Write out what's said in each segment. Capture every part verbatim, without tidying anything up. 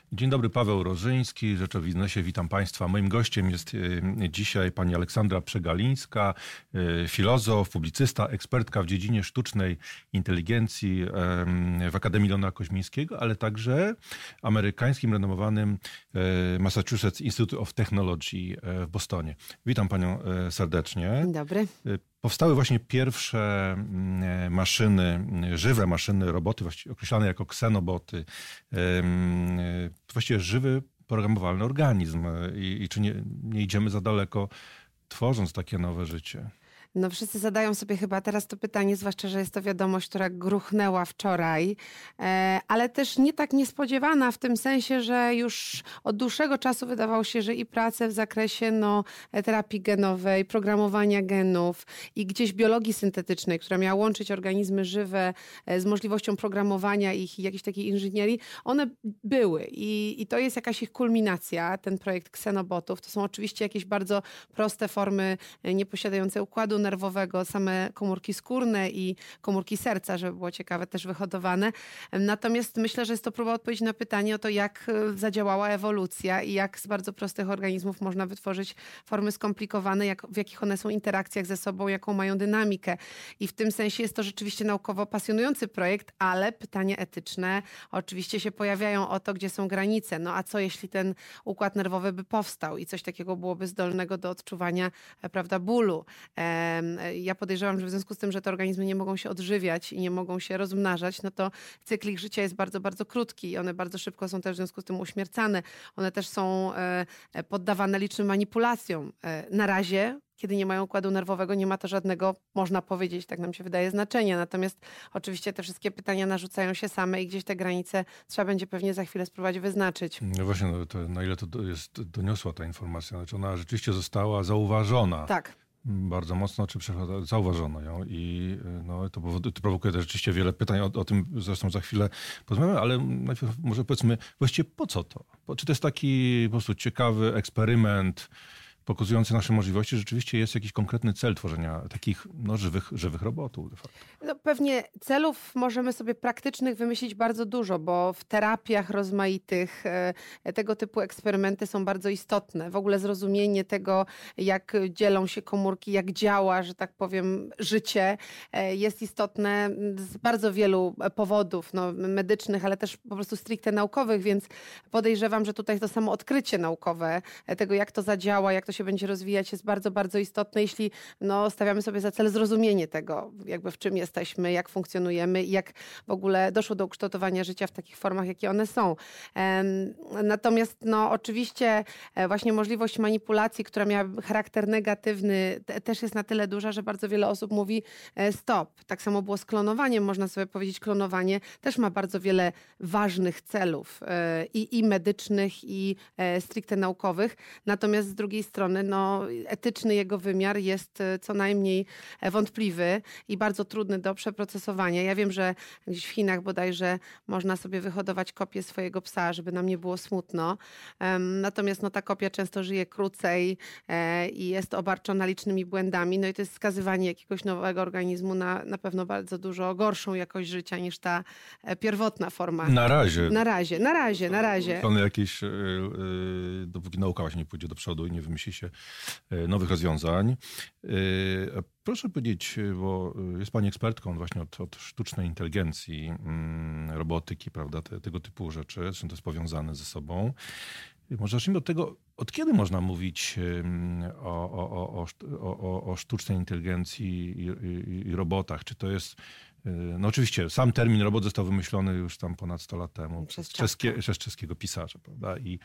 Dzień dobry, Paweł Rożyński, Rzecz o Biznesie. Witam Państwa. Moim gościem jest dzisiaj pani Aleksandra Przegalińska, filozof, publicysta, ekspertka w dziedzinie sztucznej inteligencji w Akademii Leona Koźmińskiego, ale także amerykańskim renomowanym Massachusetts Institute of Technology w Bostonie. Witam panią serdecznie. Dzień dobry. Powstały właśnie pierwsze maszyny, żywe maszyny, roboty, właściwie określane jako ksenoboty. Właściwie żywy, programowalny organizm. I, i czy nie, nie idziemy za daleko, tworząc takie nowe życie? No wszyscy zadają sobie chyba teraz to pytanie, zwłaszcza, że jest to wiadomość, która gruchnęła wczoraj, ale też nie tak niespodziewana w tym sensie, że już od dłuższego czasu wydawało się, że i prace w zakresie no, terapii genowej, programowania genów i gdzieś biologii syntetycznej, która miała łączyć organizmy żywe z możliwością programowania ich i jakiejś takiej inżynierii, one były i, i to jest jakaś ich kulminacja, ten projekt ksenobotów. To są oczywiście jakieś bardzo proste formy nieposiadające układu nerwowego, same komórki skórne i komórki serca, żeby było ciekawe, też wyhodowane. Natomiast myślę, że jest to próba odpowiedzi na pytanie o to, jak zadziałała ewolucja i jak z bardzo prostych organizmów można wytworzyć formy skomplikowane, jak, w jakich one są interakcjach ze sobą, jaką mają dynamikę. I w tym sensie jest to rzeczywiście naukowo pasjonujący projekt, ale pytania etyczne oczywiście się pojawiają o to, gdzie są granice. No a co jeśli ten układ nerwowy by powstał i coś takiego byłoby zdolnego do odczuwania, prawda, bólu? Ja podejrzewam, że w związku z tym, że te organizmy nie mogą się odżywiać i nie mogą się rozmnażać, no to cykl ich życia jest bardzo, bardzo krótki i one bardzo szybko są też w związku z tym uśmiercane. One też są poddawane licznym manipulacjom. Na razie, kiedy nie mają układu nerwowego, nie ma to żadnego, można powiedzieć, tak nam się wydaje, znaczenia. Natomiast oczywiście te wszystkie pytania narzucają się same i gdzieś te granice trzeba będzie pewnie za chwilę spróbować wyznaczyć. No właśnie, no to na ile to jest doniosła ta informacja? Znaczy ona rzeczywiście została zauważona. Tak. Bardzo mocno, czy zauważono ją i no, to, powoduje, to prowokuje też rzeczywiście wiele pytań, o, o tym zresztą za chwilę porozmawiamy, ale najpierw może powiedzmy właściwie po co to? Czy to jest taki po prostu ciekawy eksperyment pokazujący nasze możliwości? Rzeczywiście jest jakiś konkretny cel tworzenia takich no, żywych, żywych robotów de facto. No, pewnie celów możemy sobie praktycznych wymyślić bardzo dużo, bo w terapiach rozmaitych e, tego typu eksperymenty są bardzo istotne. W ogóle zrozumienie tego, jak dzielą się komórki, jak działa, że tak powiem, życie e, jest istotne z bardzo wielu powodów no, medycznych, ale też po prostu stricte naukowych, więc podejrzewam, że tutaj to samo odkrycie naukowe tego, jak to zadziała, jak to się będzie rozwijać, jest bardzo, bardzo istotne, jeśli no, stawiamy sobie za cel zrozumienie tego, jakby w czym jesteśmy, jak funkcjonujemy i jak w ogóle doszło do ukształtowania życia w takich formach, jakie one są. Natomiast no, oczywiście właśnie możliwość manipulacji, która miała charakter negatywny, też jest na tyle duża, że bardzo wiele osób mówi stop. Tak samo było z klonowaniem, można sobie powiedzieć, klonowanie też ma bardzo wiele ważnych celów i, i medycznych, i stricte naukowych. Natomiast z drugiej strony no, etyczny jego wymiar jest co najmniej wątpliwy i bardzo trudny do przeprocesowania. Ja wiem, że gdzieś w Chinach bodajże można sobie wyhodować kopię swojego psa, żeby nam nie było smutno. Natomiast no, ta kopia często żyje krócej i jest obarczona licznymi błędami. No i to jest skazywanie jakiegoś nowego organizmu na na pewno bardzo dużo gorszą jakość życia niż ta pierwotna forma. Na razie. Na razie, na razie, na razie. Plany jakieś, yy, dopóki nauka właśnie nie pójdzie do przodu i nie wymyśli się nowych rozwiązań. Proszę powiedzieć, bo jest pani ekspertką właśnie od, od sztucznej inteligencji, robotyki, prawda, te, tego typu rzeczy, zresztą to jest powiązane ze sobą. Może zacznijmy od tego, od kiedy można mówić o, o, o, o, o sztucznej inteligencji i, i, i robotach? Czy to jest, no oczywiście sam termin robot został wymyślony już tam ponad sto lat temu przez, czeskie, przez czeskiego pisarza, prawda? I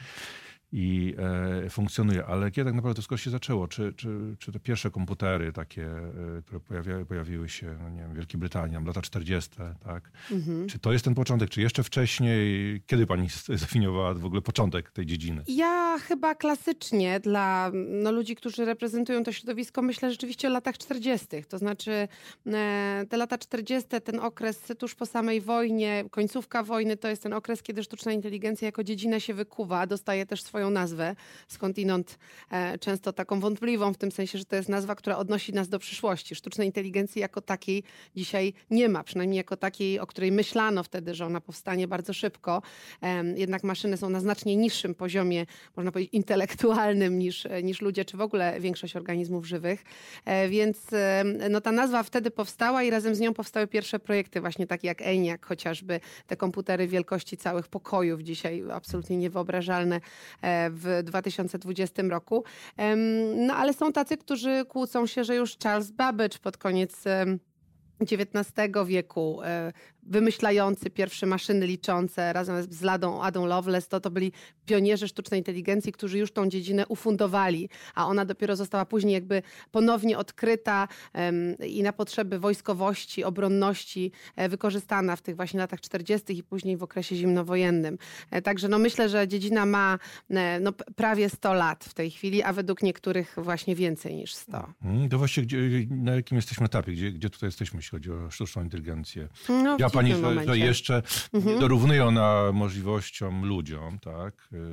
i e, funkcjonuje. Ale kiedy tak naprawdę to wszystko się zaczęło? Czy, czy, czy te pierwsze komputery takie, e, które pojawiały, pojawiły się, no nie wiem, w Wielkiej Brytanii, tam lata czterdzieste, tak? Mhm. Czy to jest ten początek? Czy jeszcze wcześniej? Kiedy pani zdefiniowała w ogóle początek tej dziedziny? Ja chyba klasycznie dla no, ludzi, którzy reprezentują to środowisko, myślę rzeczywiście o latach czterdziestych. To znaczy e, te lata czterdzieste, ten okres tuż po samej wojnie, końcówka wojny, to jest ten okres, kiedy sztuczna inteligencja jako dziedzina się wykuwa, dostaje też swoje swoją nazwę, skądinąd e, często taką wątpliwą w tym sensie, że to jest nazwa, która odnosi nas do przyszłości. Sztucznej inteligencji jako takiej dzisiaj nie ma, przynajmniej jako takiej, o której myślano wtedy, że ona powstanie bardzo szybko. E, jednak maszyny są na znacznie niższym poziomie, można powiedzieć, intelektualnym niż, niż ludzie, czy w ogóle większość organizmów żywych. E, więc e, no, ta nazwa wtedy powstała i razem z nią powstały pierwsze projekty, właśnie takie jak ENIAC, chociażby te komputery wielkości całych pokojów, dzisiaj absolutnie niewyobrażalne w dwa tysiące dwudziestym roku. No ale są tacy, którzy kłócą się, że już Charles Babbage pod koniec dziewiętnastego wieku, wymyślający pierwsze maszyny liczące razem z Ladą Adą Lovelace, to to byli pionierzy sztucznej inteligencji, którzy już tą dziedzinę ufundowali, a ona dopiero została później jakby ponownie odkryta um, i na potrzeby wojskowości, obronności e, wykorzystana w tych właśnie latach czterdziestych i później w okresie zimnowojennym. E, także no myślę, że dziedzina ma e, no, prawie sto lat w tej chwili, a według niektórych właśnie więcej niż sto. To właściwie gdzie, na jakim jesteśmy etapie? Gdzie, gdzie tutaj jesteśmy, jeśli chodzi o sztuczną inteligencję? No, ja pani, że, że jeszcze mhm. nie dorównuje ona możliwościom ludziom, tak?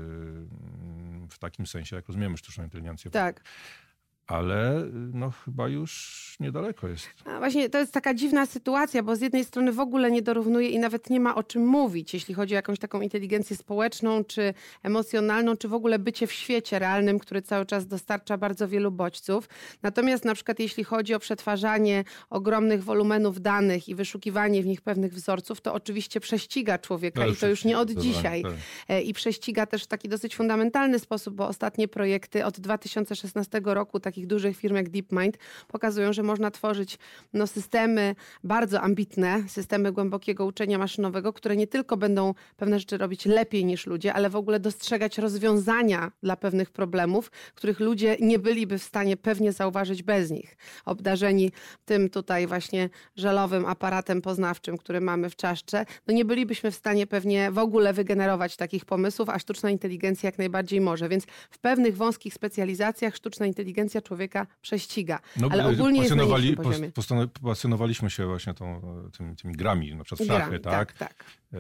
W takim sensie, jak rozumiemy sztuczną inteligencję. Tak. Ale no chyba już niedaleko jest. A właśnie to jest taka dziwna sytuacja, bo z jednej strony w ogóle nie dorównuje i nawet nie ma o czym mówić, jeśli chodzi o jakąś taką inteligencję społeczną, czy emocjonalną, czy w ogóle bycie w świecie realnym, który cały czas dostarcza bardzo wielu bodźców. Natomiast na przykład jeśli chodzi o przetwarzanie ogromnych wolumenów danych i wyszukiwanie w nich pewnych wzorców, to oczywiście prześciga człowieka no, i to już nie od dzisiaj. Tak. I prześciga też w taki dosyć fundamentalny sposób, bo ostatnie projekty od dwa tysiące szesnastego roku, takich dużych firm jak DeepMind, pokazują, że można tworzyć no, systemy bardzo ambitne, systemy głębokiego uczenia maszynowego, które nie tylko będą pewne rzeczy robić lepiej niż ludzie, ale w ogóle dostrzegać rozwiązania dla pewnych problemów, których ludzie nie byliby w stanie pewnie zauważyć bez nich. Obdarzeni tym tutaj właśnie żelowym aparatem poznawczym, który mamy w czaszce, no nie bylibyśmy w stanie pewnie w ogóle wygenerować takich pomysłów, a sztuczna inteligencja jak najbardziej może. Więc w pewnych wąskich specjalizacjach sztuczna inteligencja człowieka prześciga. No, ale ogólnie jest na niższym poziomie. Pasjonowaliśmy się właśnie tą, tymi, tymi grami, na przykład w szachy, Gra, tak? tak, tak.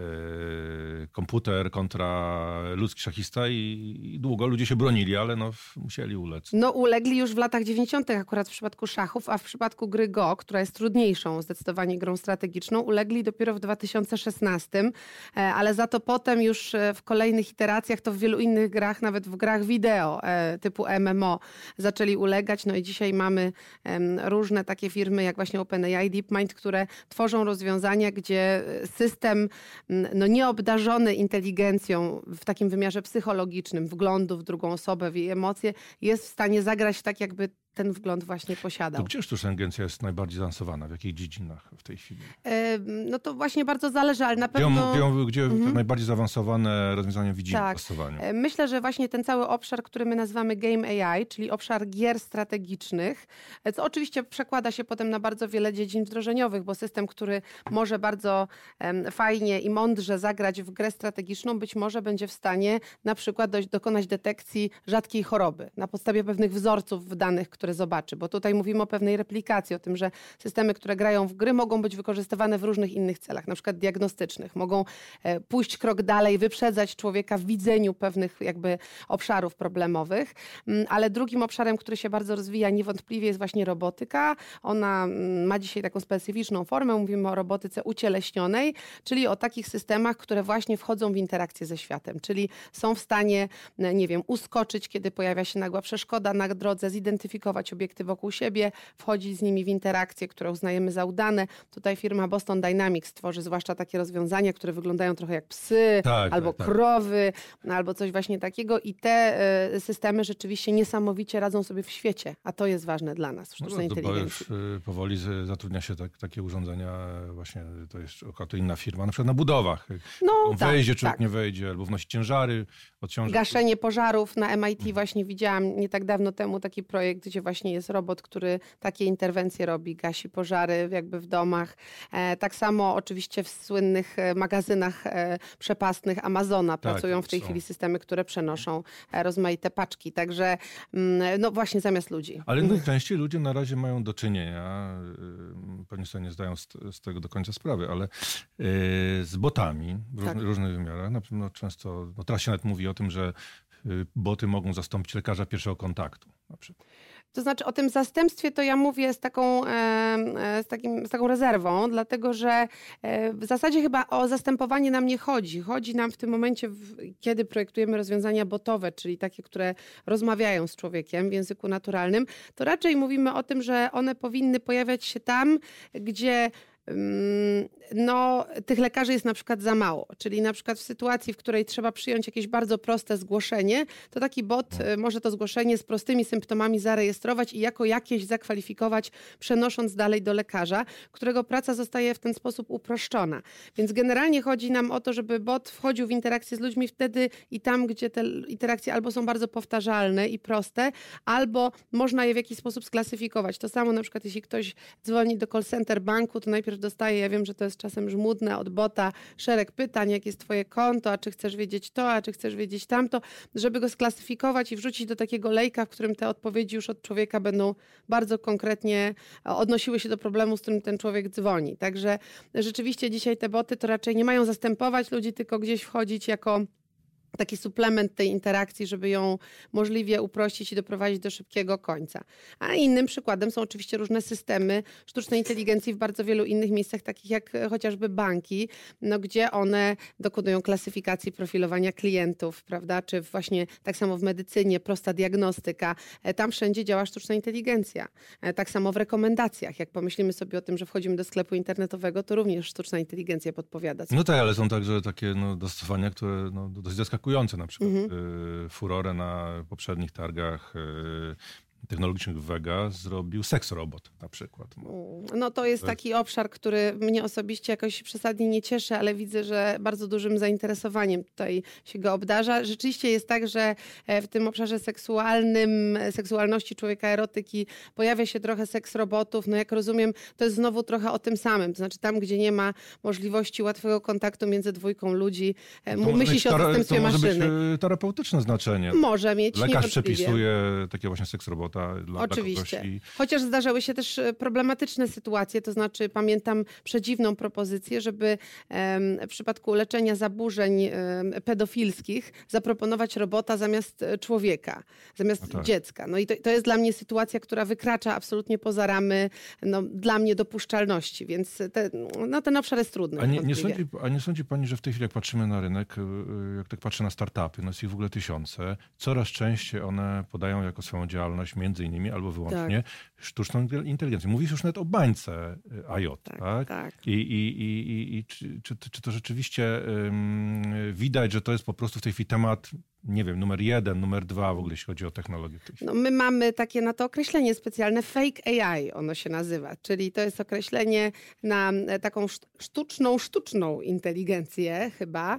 Yy, komputer kontra ludzki szachista i, i długo ludzie się bronili, ale no, musieli ulec. No ulegli już w latach dziewięćdziesiątych akurat w przypadku szachów, a w przypadku gry Go, która jest trudniejszą zdecydowanie grą strategiczną, ulegli dopiero w dwa tysiące szesnastym, ale za to potem już w kolejnych iteracjach to w wielu innych grach, nawet w grach wideo typu M M O zaczęli ulegać. No i dzisiaj mamy różne takie firmy jak właśnie OpenAI, DeepMind, które tworzą rozwiązania, gdzie system no, nieobdarzony inteligencją w takim wymiarze psychologicznym, wglądu w drugą osobę, w jej emocje, jest w stanie zagrać tak, jakby ten wgląd właśnie posiadał. To gdzie sztuczna inteligencja jest najbardziej zaawansowana? W jakich dziedzinach w tej chwili? Yy, no to właśnie bardzo zależy, ale na pewno... Gdzie, gdzie, gdzie mhm. najbardziej zaawansowane rozwiązania widzimy tak. w testowaniu? Myślę, że właśnie ten cały obszar, który my nazywamy Game A I, czyli obszar gier strategicznych, co oczywiście przekłada się potem na bardzo wiele dziedzin wdrożeniowych, bo system, który może bardzo um, fajnie i mądrze zagrać w grę strategiczną, być może będzie w stanie na przykład dojść, dokonać detekcji rzadkiej choroby na podstawie pewnych wzorców w danych, które zobaczy, bo tutaj mówimy o pewnej replikacji, o tym, że systemy, które grają w gry, mogą być wykorzystywane w różnych innych celach, na przykład diagnostycznych. Mogą e, pójść krok dalej, wyprzedzać człowieka w widzeniu pewnych jakby obszarów problemowych, mm, ale drugim obszarem, który się bardzo rozwija niewątpliwie jest właśnie robotyka. Ona mm, ma dzisiaj taką specyficzną formę, mówimy o robotyce ucieleśnionej, czyli o takich systemach, które właśnie wchodzą w interakcję ze światem, czyli są w stanie, nie wiem, uskoczyć, kiedy pojawia się nagła przeszkoda na drodze, zidentyfikować obiekty wokół siebie, wchodzić z nimi w interakcje, które uznajemy za udane. Tutaj firma Boston Dynamics tworzy zwłaszcza takie rozwiązania, które wyglądają trochę jak psy, tak, albo tak, krowy, tak. albo coś właśnie takiego i te y, systemy rzeczywiście niesamowicie radzą sobie w świecie, a to jest ważne dla nas w sztucznej no, inteligencji. Już powoli zatrudnia się tak, takie urządzenia, właśnie to jest to inna firma, na przykład na budowach. No, wejdzie, tak, człowiek tak. nie wejdzie, albo wnosi ciężary, odciąży. Gaszenie pożarów na M I T mhm. właśnie widziałam nie tak dawno temu taki projekt, gdzie właśnie jest robot, który takie interwencje robi, gasi pożary jakby w domach. E, tak samo oczywiście w słynnych magazynach e, przepastnych Amazona tak, pracują w tej są. chwili systemy, które przenoszą e, rozmaite paczki. Także mm, no właśnie zamiast ludzi. Ale najczęściej ludzie na razie mają do czynienia, pewnie sobie nie zdają z, z tego do końca sprawy, ale e, z botami w różny, tak. różnych wymiarach. Na pewno często, no teraz się nawet mówi o tym, że boty mogą zastąpić lekarza pierwszego kontaktu na przykład. To znaczy o tym zastępstwie to ja mówię z taką, z takim, z taką rezerwą, dlatego że w zasadzie chyba o zastępowanie nam nie chodzi. Chodzi nam w tym momencie, kiedy projektujemy rozwiązania botowe, czyli takie, które rozmawiają z człowiekiem w języku naturalnym, to raczej mówimy o tym, że one powinny pojawiać się tam, gdzie no, tych lekarzy jest na przykład za mało. Czyli na przykład w sytuacji, w której trzeba przyjąć jakieś bardzo proste zgłoszenie, to taki bot może to zgłoszenie z prostymi symptomami zarejestrować i jako jakieś zakwalifikować, przenosząc dalej do lekarza, którego praca zostaje w ten sposób uproszczona. Więc generalnie chodzi nam o to, żeby bot wchodził w interakcję z ludźmi wtedy i tam, gdzie te interakcje albo są bardzo powtarzalne i proste, albo można je w jakiś sposób sklasyfikować. To samo na przykład, jeśli ktoś dzwoni do call center banku, to najpierw dostaje, ja wiem, że to jest czasem żmudne, od bota szereg pytań, jak jest twoje konto, a czy chcesz wiedzieć to, a czy chcesz wiedzieć tamto, żeby go sklasyfikować i wrzucić do takiego lejka, w którym te odpowiedzi już od człowieka będą bardzo konkretnie odnosiły się do problemu, z którym ten człowiek dzwoni. Także rzeczywiście dzisiaj te boty to raczej nie mają zastępować ludzi, tylko gdzieś wchodzić jako taki suplement tej interakcji, żeby ją możliwie uprościć i doprowadzić do szybkiego końca. A innym przykładem są oczywiście różne systemy sztucznej inteligencji w bardzo wielu innych miejscach, takich jak chociażby banki, no, gdzie one dokonują klasyfikacji, profilowania klientów, prawda? Czy właśnie tak samo w medycynie, prosta diagnostyka. Tam wszędzie działa sztuczna inteligencja. Tak samo w rekomendacjach. Jak pomyślimy sobie o tym, że wchodzimy do sklepu internetowego, to również sztuczna inteligencja podpowiada. No tak, ale są także takie no, dostosowania, które no, dość zaskakujące. Na przykład mm-hmm. furorę na poprzednich targach technologicznych w Vegas zrobił seks robot na przykład. No to jest taki obszar, który mnie osobiście jakoś przesadnie nie cieszy, ale widzę, że bardzo dużym zainteresowaniem tutaj się go obdarza. Rzeczywiście jest tak, że w tym obszarze seksualnym, seksualności człowieka, erotyki pojawia się trochę seks robotów. No jak rozumiem, to jest znowu trochę o tym samym. To znaczy tam, gdzie nie ma możliwości łatwego kontaktu między dwójką ludzi, to myśli się o zastępstwie maszyny. To może być terapeutyczne znaczenie. Może mieć, lekarz przepisuje takie właśnie seks robota. Dla, Oczywiście. Dla i... Chociaż zdarzały się też problematyczne sytuacje, to znaczy pamiętam przedziwną propozycję, żeby em, w przypadku leczenia zaburzeń em, pedofilskich zaproponować robota zamiast człowieka, zamiast no tak. dziecka. No i to, to jest dla mnie sytuacja, która wykracza absolutnie poza ramy no, dla mnie dopuszczalności, więc te, no, ten obszar jest trudny. A nie, nie sądzi, a nie sądzi pani, że w tej chwili jak patrzymy na rynek, jak tak patrzę na startupy, no jest ich w ogóle tysiące, coraz częściej one podają jako swoją działalność między innymi albo wyłącznie tak. sztuczną inteligencję. Mówisz już nawet o bańce I O T, tak? tak? tak. I, i, i, i czy, czy, czy to rzeczywiście um, widać, że to jest po prostu w tej chwili temat, nie wiem, numer jeden, numer dwa w ogóle, jeśli chodzi o technologię. No, my mamy takie na to określenie specjalne, fake A I ono się nazywa, czyli to jest określenie na taką sztuczną, sztuczną inteligencję chyba,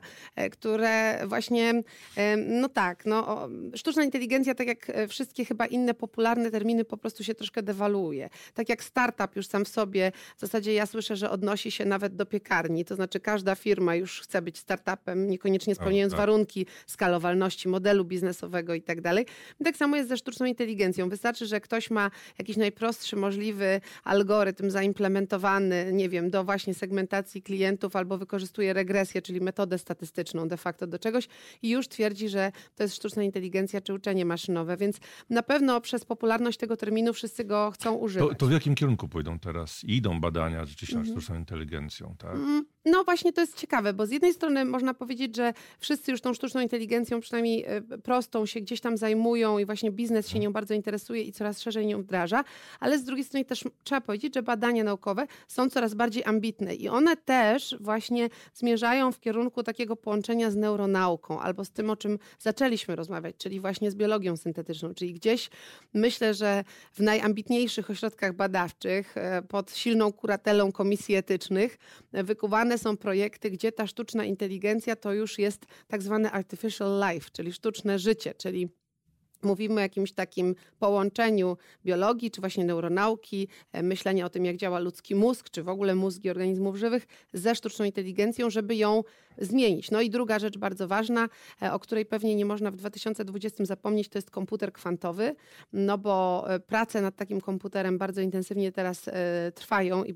które właśnie, no tak, no, sztuczna inteligencja, tak jak wszystkie chyba inne popularne terminy, po prostu się troszkę dewaluuje. Tak jak startup już sam w sobie, w zasadzie ja słyszę, że odnosi się nawet do piekarni, to znaczy każda firma już chce być startupem, niekoniecznie spełniając o, tak. warunki skalowalności, modelu biznesowego i tak dalej. Tak samo jest ze sztuczną inteligencją. Wystarczy, że ktoś ma jakiś najprostszy możliwy algorytm zaimplementowany, nie wiem, do właśnie segmentacji klientów albo wykorzystuje regresję, czyli metodę statystyczną de facto do czegoś i już twierdzi, że to jest sztuczna inteligencja czy uczenie maszynowe, więc na pewno przez popularność tego terminu wszyscy go chcą używać. To, to w jakim kierunku pójdą teraz? Idą badania rzeczywiście nad sztuczną inteligencją, tak? Mm. No właśnie to jest ciekawe, bo z jednej strony można powiedzieć, że wszyscy już tą sztuczną inteligencją przynajmniej prostą się gdzieś tam zajmują i właśnie biznes się nią bardzo interesuje i coraz szerzej nią wdraża, ale z drugiej strony też trzeba powiedzieć, że badania naukowe są coraz bardziej ambitne i one też właśnie zmierzają w kierunku takiego połączenia z neuronauką albo z tym, o czym zaczęliśmy rozmawiać, czyli właśnie z biologią syntetyczną, czyli gdzieś myślę, że w najambitniejszych ośrodkach badawczych pod silną kuratelą komisji etycznych wykuwane są projekty, gdzie ta sztuczna inteligencja to już jest tak zwany artificial life, czyli sztuczne życie, czyli mówimy o jakimś takim połączeniu biologii, czy właśnie neuronauki, myślenia o tym, jak działa ludzki mózg, czy w ogóle mózgi organizmów żywych ze sztuczną inteligencją, żeby ją zmienić. No i druga rzecz bardzo ważna, o której pewnie nie można w dwa tysiące dwudziestym zapomnieć, to jest komputer kwantowy, no bo prace nad takim komputerem bardzo intensywnie teraz trwają i bardzo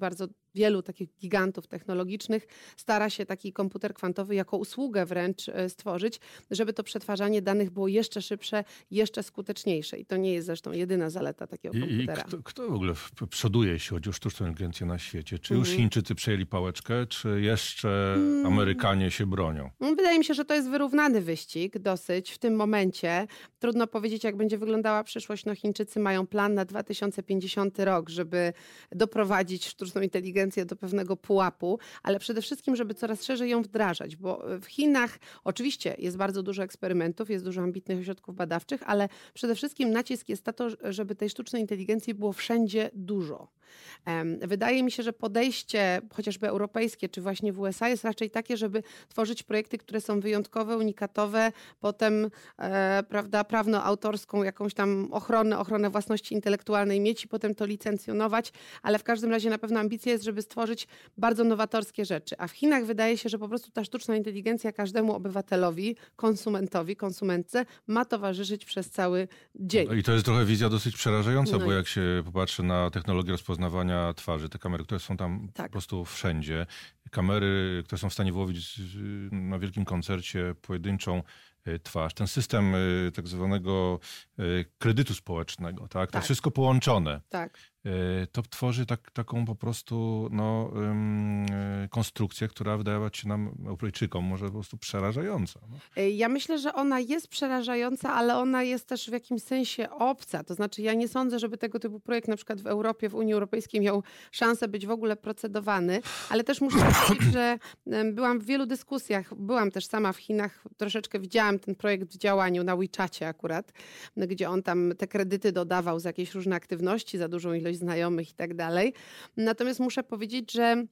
wielu takich gigantów technologicznych stara się taki komputer kwantowy jako usługę wręcz stworzyć, żeby to przetwarzanie danych było jeszcze szybsze, jeszcze skuteczniejsze. I to nie jest zresztą jedyna zaleta takiego komputera. I kto, kto w ogóle przoduje, jeśli chodzi o sztuczną inteligencję na świecie? Czy już mm. Chińczycy przejęli pałeczkę, czy jeszcze mm. Amerykanie się bronią? Wydaje mi się, że to jest wyrównany wyścig dosyć w tym momencie. Trudno powiedzieć, jak będzie wyglądała przyszłość. No, Chińczycy mają plan na dwa tysiące pięćdziesiąty rok, żeby doprowadzić sztuczną inteligencję do pewnego pułapu, ale przede wszystkim, żeby coraz szerzej ją wdrażać, bo w Chinach oczywiście jest bardzo dużo eksperymentów, jest dużo ambitnych ośrodków badawczych, ale przede wszystkim nacisk jest na to, żeby tej sztucznej inteligencji było wszędzie dużo. Wydaje mi się, że podejście chociażby europejskie, czy właśnie w U S A jest raczej takie, żeby tworzyć projekty, które są wyjątkowe, unikatowe, potem e, prawda, prawno-autorską jakąś tam ochronę, ochronę własności intelektualnej mieć i potem to licencjonować, ale w każdym razie na pewno ambicja jest, żeby stworzyć bardzo nowatorskie rzeczy. A w Chinach wydaje się, że po prostu ta sztuczna inteligencja każdemu obywatelowi, konsumentowi, konsumentce ma towarzyszyć przez cały dzień. No i to jest trochę wizja dosyć przerażająca, no bo i... jak się popatrzy na technologię rozpoznawania twarzy, te kamery, które są tam tak. po prostu wszędzie, kamery, które są w stanie wyłowić na wielkim koncercie pojedynczą twarz, ten system tak zwanego kredytu społecznego, tak? To tak. wszystko połączone. Tak. To tworzy tak, taką po prostu no, um, konstrukcję, która wydawać się nam, Europejczykom, może po prostu przerażająca. No. Ja myślę, że ona jest przerażająca, ale ona jest też w jakimś sensie obca. To znaczy ja nie sądzę, żeby tego typu projekt na przykład w Europie, w Unii Europejskiej miał szansę być w ogóle procedowany, ale też muszę powiedzieć, że byłam w wielu dyskusjach, byłam też sama w Chinach, troszeczkę widziałam ten projekt w działaniu na WeChacie akurat, gdzie on tam te kredyty dodawał za jakieś różne aktywności, za dużą ilość znajomych i tak dalej. Natomiast muszę powiedzieć, że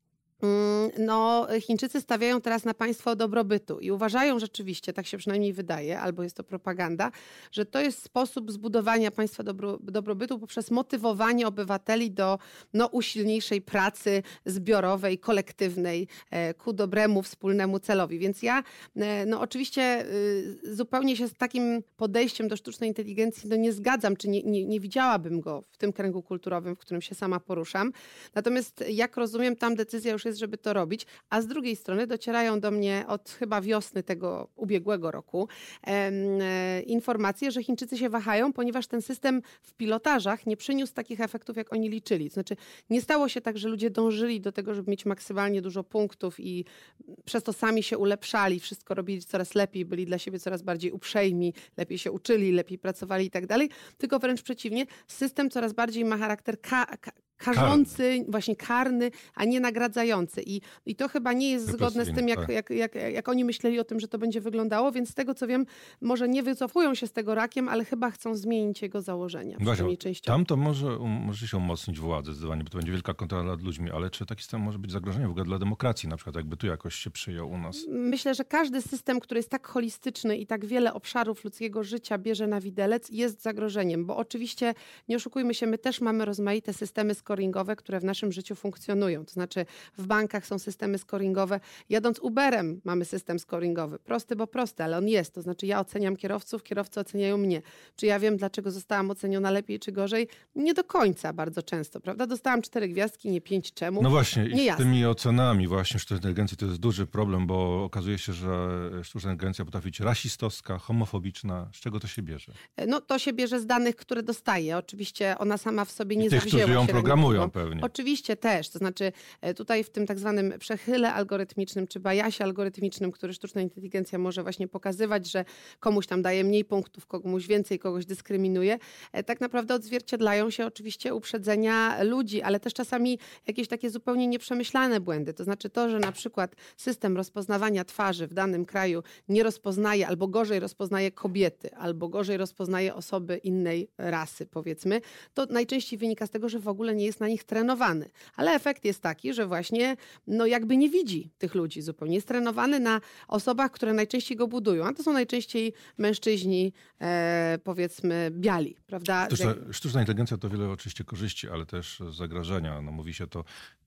no, Chińczycy stawiają teraz na państwo dobrobytu i uważają rzeczywiście, tak się przynajmniej wydaje, albo jest to propaganda, że to jest sposób zbudowania państwa dobro, dobrobytu poprzez motywowanie obywateli do no, usilniejszej pracy zbiorowej, kolektywnej, ku dobremu, wspólnemu celowi. Więc ja no, oczywiście zupełnie się z takim podejściem do sztucznej inteligencji no, nie zgadzam, czy nie, nie, nie widziałabym go w tym kręgu kulturowym, w którym się sama poruszam. Natomiast jak rozumiem, tam decyzja już jest, żeby to robić, a z drugiej strony docierają do mnie od chyba wiosny tego ubiegłego roku e, e, informacje, że Chińczycy się wahają, ponieważ ten system w pilotażach nie przyniósł takich efektów, jak oni liczyli. To znaczy nie stało się tak, że ludzie dążyli do tego, żeby mieć maksymalnie dużo punktów i przez to sami się ulepszali, wszystko robili coraz lepiej, byli dla siebie coraz bardziej uprzejmi, lepiej się uczyli, lepiej pracowali i tak dalej, tylko wręcz przeciwnie, system coraz bardziej ma charakter ka- ka- karzący, karny. właśnie karny, a nie nagradzający. I, i to chyba nie jest zgodne z tym, jak, jak, jak, jak oni myśleli o tym, że to będzie wyglądało, więc z tego co wiem, może nie wycofują się z tego rakiem, ale chyba chcą zmienić jego założenia. Właśnie, tam to może, może się umocnić władzę zdecydowanie, bo to będzie wielka kontrola nad ludźmi, ale czy taki system może być zagrożeniem w ogóle dla demokracji, na przykład jakby tu jakoś się przyjął u nas? Myślę, że każdy system, który jest tak holistyczny i tak wiele obszarów ludzkiego życia bierze na widelec, jest zagrożeniem, bo oczywiście, nie oszukujmy się, my też mamy rozmaite systemy scoringowe, które w naszym życiu funkcjonują. To znaczy w bankach są systemy scoringowe. Jadąc Uberem mamy system scoringowy. Prosty, bo prosty, ale on jest. To znaczy ja oceniam kierowców, kierowcy oceniają mnie. Czy ja wiem, dlaczego zostałam oceniona lepiej czy gorzej? Nie do końca bardzo często, prawda? Dostałam cztery gwiazdki, nie pięć. Czemu? No właśnie, nie i z jasne. tymi ocenami właśnie sztucznej inteligencji to jest duży problem, bo okazuje się, że sztuczna inteligencja potrafi być rasistowska, homofobiczna. Z czego to się bierze? No to się bierze z danych, które dostaje. Oczywiście ona sama w sobie nie I tych, zawzięła którzy ją się programują ręką. pewnie. Oczywiście też. To znaczy tutaj w tym tak zwanym przechyle algorytmicznym, czy biasie algorytmicznym, który sztuczna inteligencja może właśnie pokazywać, że komuś tam daje mniej punktów, komuś więcej, kogoś dyskryminuje, tak naprawdę odzwierciedlają się oczywiście uprzedzenia ludzi, ale też czasami jakieś takie zupełnie nieprzemyślane błędy. To znaczy to, że na przykład system rozpoznawania twarzy w danym kraju nie rozpoznaje albo gorzej rozpoznaje kobiety, albo gorzej rozpoznaje osoby innej rasy, powiedzmy, to najczęściej wynika z tego, że w ogóle nie jest na nich trenowany. Ale efekt jest taki, że właśnie no jakby nie widzi tych ludzi zupełnie. Jest trenowany na osobach, które najczęściej go budują, a to są najczęściej mężczyźni, e, powiedzmy, biali, prawda? Sztuczna, sztuczna inteligencja to wiele oczywiście korzyści, ale też zagrożenia. No, mówi się to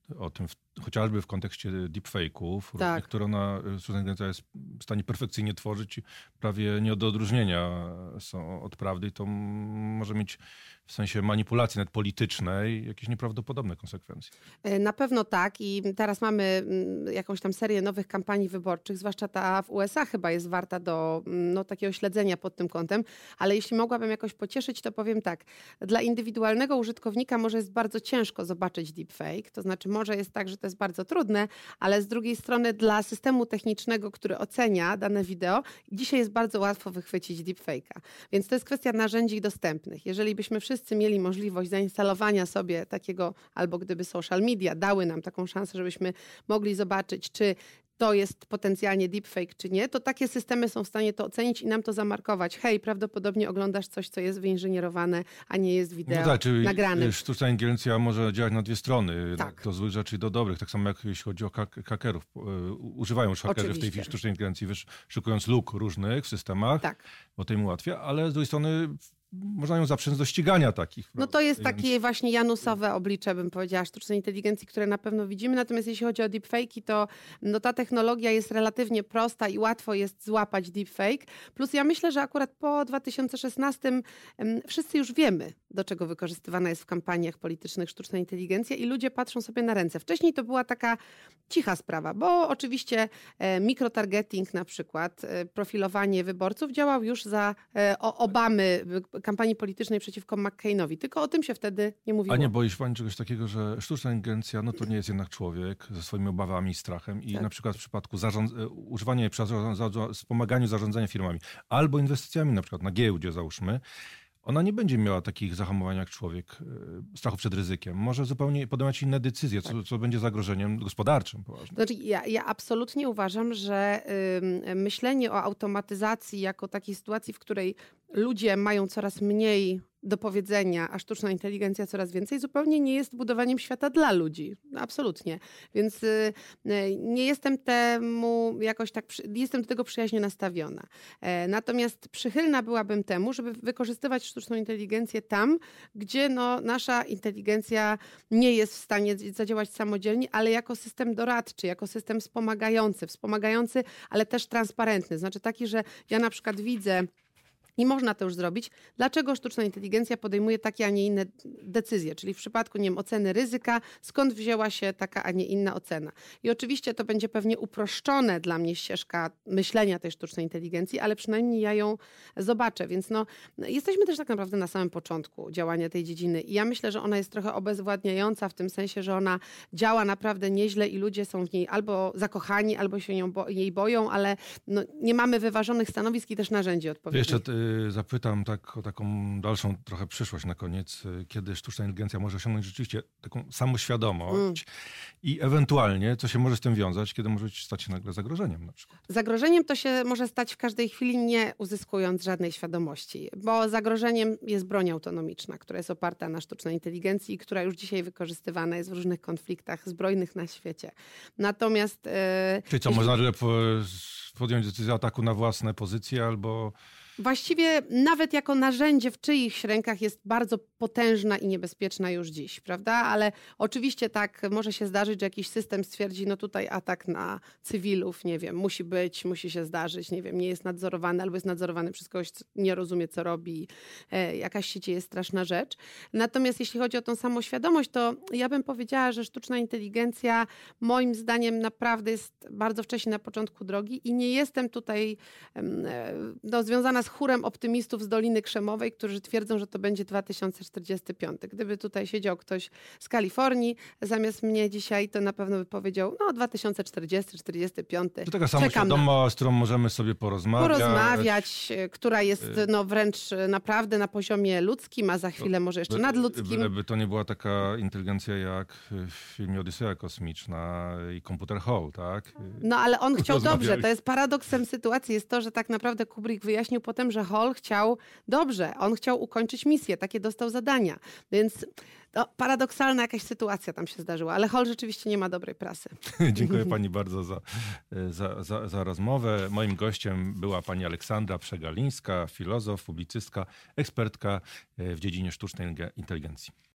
o tym w, chociażby w kontekście deepfake'ów, Tak. które ona, sztuczna inteligencja jest w stanie perfekcyjnie tworzyć i prawie nie do odróżnienia są od prawdy i to może mieć w sensie manipulacji nawet politycznej jakieś nieprawdopodobne konsekwencje. Na pewno tak i teraz mamy jakąś tam serię nowych kampanii wyborczych, zwłaszcza ta w U S A chyba jest warta do no, takiego śledzenia pod tym kątem, ale jeśli mogłabym jakoś pocieszyć, to powiem tak, dla indywidualnego użytkownika może jest bardzo ciężko zobaczyć deepfake, to znaczy może jest tak, że to jest bardzo trudne, ale z drugiej strony dla systemu technicznego, który ocenia dane wideo, dzisiaj jest bardzo łatwo wychwycić deepfake'a. Więc to jest kwestia narzędzi dostępnych. Jeżeli byśmy wszyscy mieli możliwość zainstalowania sobie takiego, albo gdyby social media dały nam taką szansę, żebyśmy mogli zobaczyć, czy to jest potencjalnie deepfake, czy nie, to takie systemy są w stanie to ocenić i nam to zamarkować. Hej, prawdopodobnie oglądasz coś, co jest wyinżynierowane, a nie jest wideo no tak, czyli nagrane. Sztuczna inteligencja może działać na dwie strony. Tak. Do złych rzeczy i do dobrych. Tak samo jak jeśli chodzi o hak- hakerów. Używają już hakerzy w tej chwili sztucznej inteligencji, wiesz, szukując luk różnych w systemach, Tak. bo to im ułatwia, ale z drugiej strony można ją zaprzęć do ścigania takich. No to jest Więc... takie właśnie janusowe oblicze, bym powiedziała, sztucznej inteligencji, które na pewno widzimy. Natomiast jeśli chodzi o deepfake'i, to no, ta technologia jest relatywnie prosta i łatwo jest złapać deepfake. Plus ja myślę, że akurat po dwa tysiące szesnastym um, wszyscy już wiemy, do czego wykorzystywana jest w kampaniach politycznych sztuczna inteligencja i ludzie patrzą sobie na ręce. Wcześniej to była taka cicha sprawa, bo oczywiście e, mikrotargeting na przykład, e, profilowanie wyborców działał już za e, o, Obamy, kampanii politycznej przeciwko McCainowi. Tylko o tym się wtedy nie mówiło. A nie boisz pani czegoś takiego, że sztuczna inteligencja, no to nie jest jednak człowiek ze swoimi obawami i strachem i tak. na przykład w przypadku zarząd- używania jej przy wspomaganiu zarządzania firmami albo inwestycjami na przykład na giełdzie załóżmy, ona nie będzie miała takich zahamowań jak człowiek, strachu przed ryzykiem. Może zupełnie podejmować inne decyzje, co, co będzie zagrożeniem gospodarczym poważnym. Znaczy, ja, ja absolutnie uważam, że y, myślenie o automatyzacji jako takiej sytuacji, w której ludzie mają coraz mniej do powiedzenia, a sztuczna inteligencja coraz więcej, zupełnie nie jest budowaniem świata dla ludzi. Absolutnie. Więc y, y, nie jestem temu jakoś tak, przy, jestem do tego przyjaźnie nastawiona. E, natomiast przychylna byłabym temu, żeby wykorzystywać sztuczną inteligencję tam, gdzie no, nasza inteligencja nie jest w stanie zadziałać samodzielnie, ale jako system doradczy, jako system wspomagający, wspomagający, ale też transparentny. Znaczy taki, że ja na przykład widzę, i można to już zrobić. Dlaczego sztuczna inteligencja podejmuje takie, a nie inne decyzje? Czyli w przypadku, nie wiem, oceny ryzyka, skąd wzięła się taka, a nie inna ocena? I oczywiście to będzie pewnie uproszczone dla mnie ścieżka myślenia tej sztucznej inteligencji, ale przynajmniej ja ją zobaczę. Więc no, jesteśmy też tak naprawdę na samym początku działania tej dziedziny. I ja myślę, że ona jest trochę obezwładniająca w tym sensie, że ona działa naprawdę nieźle i ludzie są w niej albo zakochani, albo się nią bo- jej boją, ale no, nie mamy wyważonych stanowisk i też narzędzi odpowiednich. Jeszcze ty zapytam tak o taką dalszą trochę przyszłość na koniec, kiedy sztuczna inteligencja może osiągnąć rzeczywiście taką samoświadomość mm. i ewentualnie, co się może z tym wiązać, kiedy może stać się nagle zagrożeniem na przykład. Zagrożeniem to się może stać w każdej chwili, nie uzyskując żadnej świadomości, bo zagrożeniem jest broń autonomiczna, która jest oparta na sztucznej inteligencji i która już dzisiaj wykorzystywana jest w różnych konfliktach zbrojnych na świecie. Natomiast... Yy, Czyli co, jeśli... można nagle podjąć decyzję ataku na własne pozycje albo... Właściwie nawet jako narzędzie w czyichś rękach jest bardzo potężna i niebezpieczna już dziś, prawda? Ale oczywiście tak może się zdarzyć, że jakiś system stwierdzi, no tutaj atak na cywilów, nie wiem, musi być, musi się zdarzyć, nie wiem, nie jest nadzorowany albo jest nadzorowany przez kogoś, nie rozumie, co robi, e, jakaś się dzieje straszna rzecz. Natomiast jeśli chodzi o tą samoświadomość, to ja bym powiedziała, że sztuczna inteligencja moim zdaniem naprawdę jest bardzo wcześnie na początku drogi i nie jestem tutaj e, no, związana z chórem optymistów z Doliny Krzemowej, którzy twierdzą, że to będzie dwa tysiące czterdziesty piąty. Gdyby tutaj siedział ktoś z Kalifornii zamiast mnie dzisiaj, to na pewno by powiedział, no dwa tysiące czterdziesty, czterdziesty piąty. To taka samoświadoma, z którą możemy sobie porozmawiać. Porozmawiać, która jest no, wręcz naprawdę na poziomie ludzkim, a za chwilę może jeszcze nadludzkim. Byleby to nie była taka inteligencja jak w filmie Odyseja Kosmiczna i Komputer Hall, tak? No ale on chciał dobrze. To jest paradoksem sytuacji, jest to, że tak naprawdę Kubrick wyjaśnił potem, że Hall chciał dobrze. On chciał ukończyć misję, takie dostał zadania. Więc no, paradoksalna jakaś sytuacja tam się zdarzyła, ale Hall rzeczywiście nie ma dobrej prasy. Dziękuję pani bardzo za, za, za, za rozmowę. Moim gościem była pani Aleksandra Przegalińska, filozof, publicystka, ekspertka w dziedzinie sztucznej inteligencji.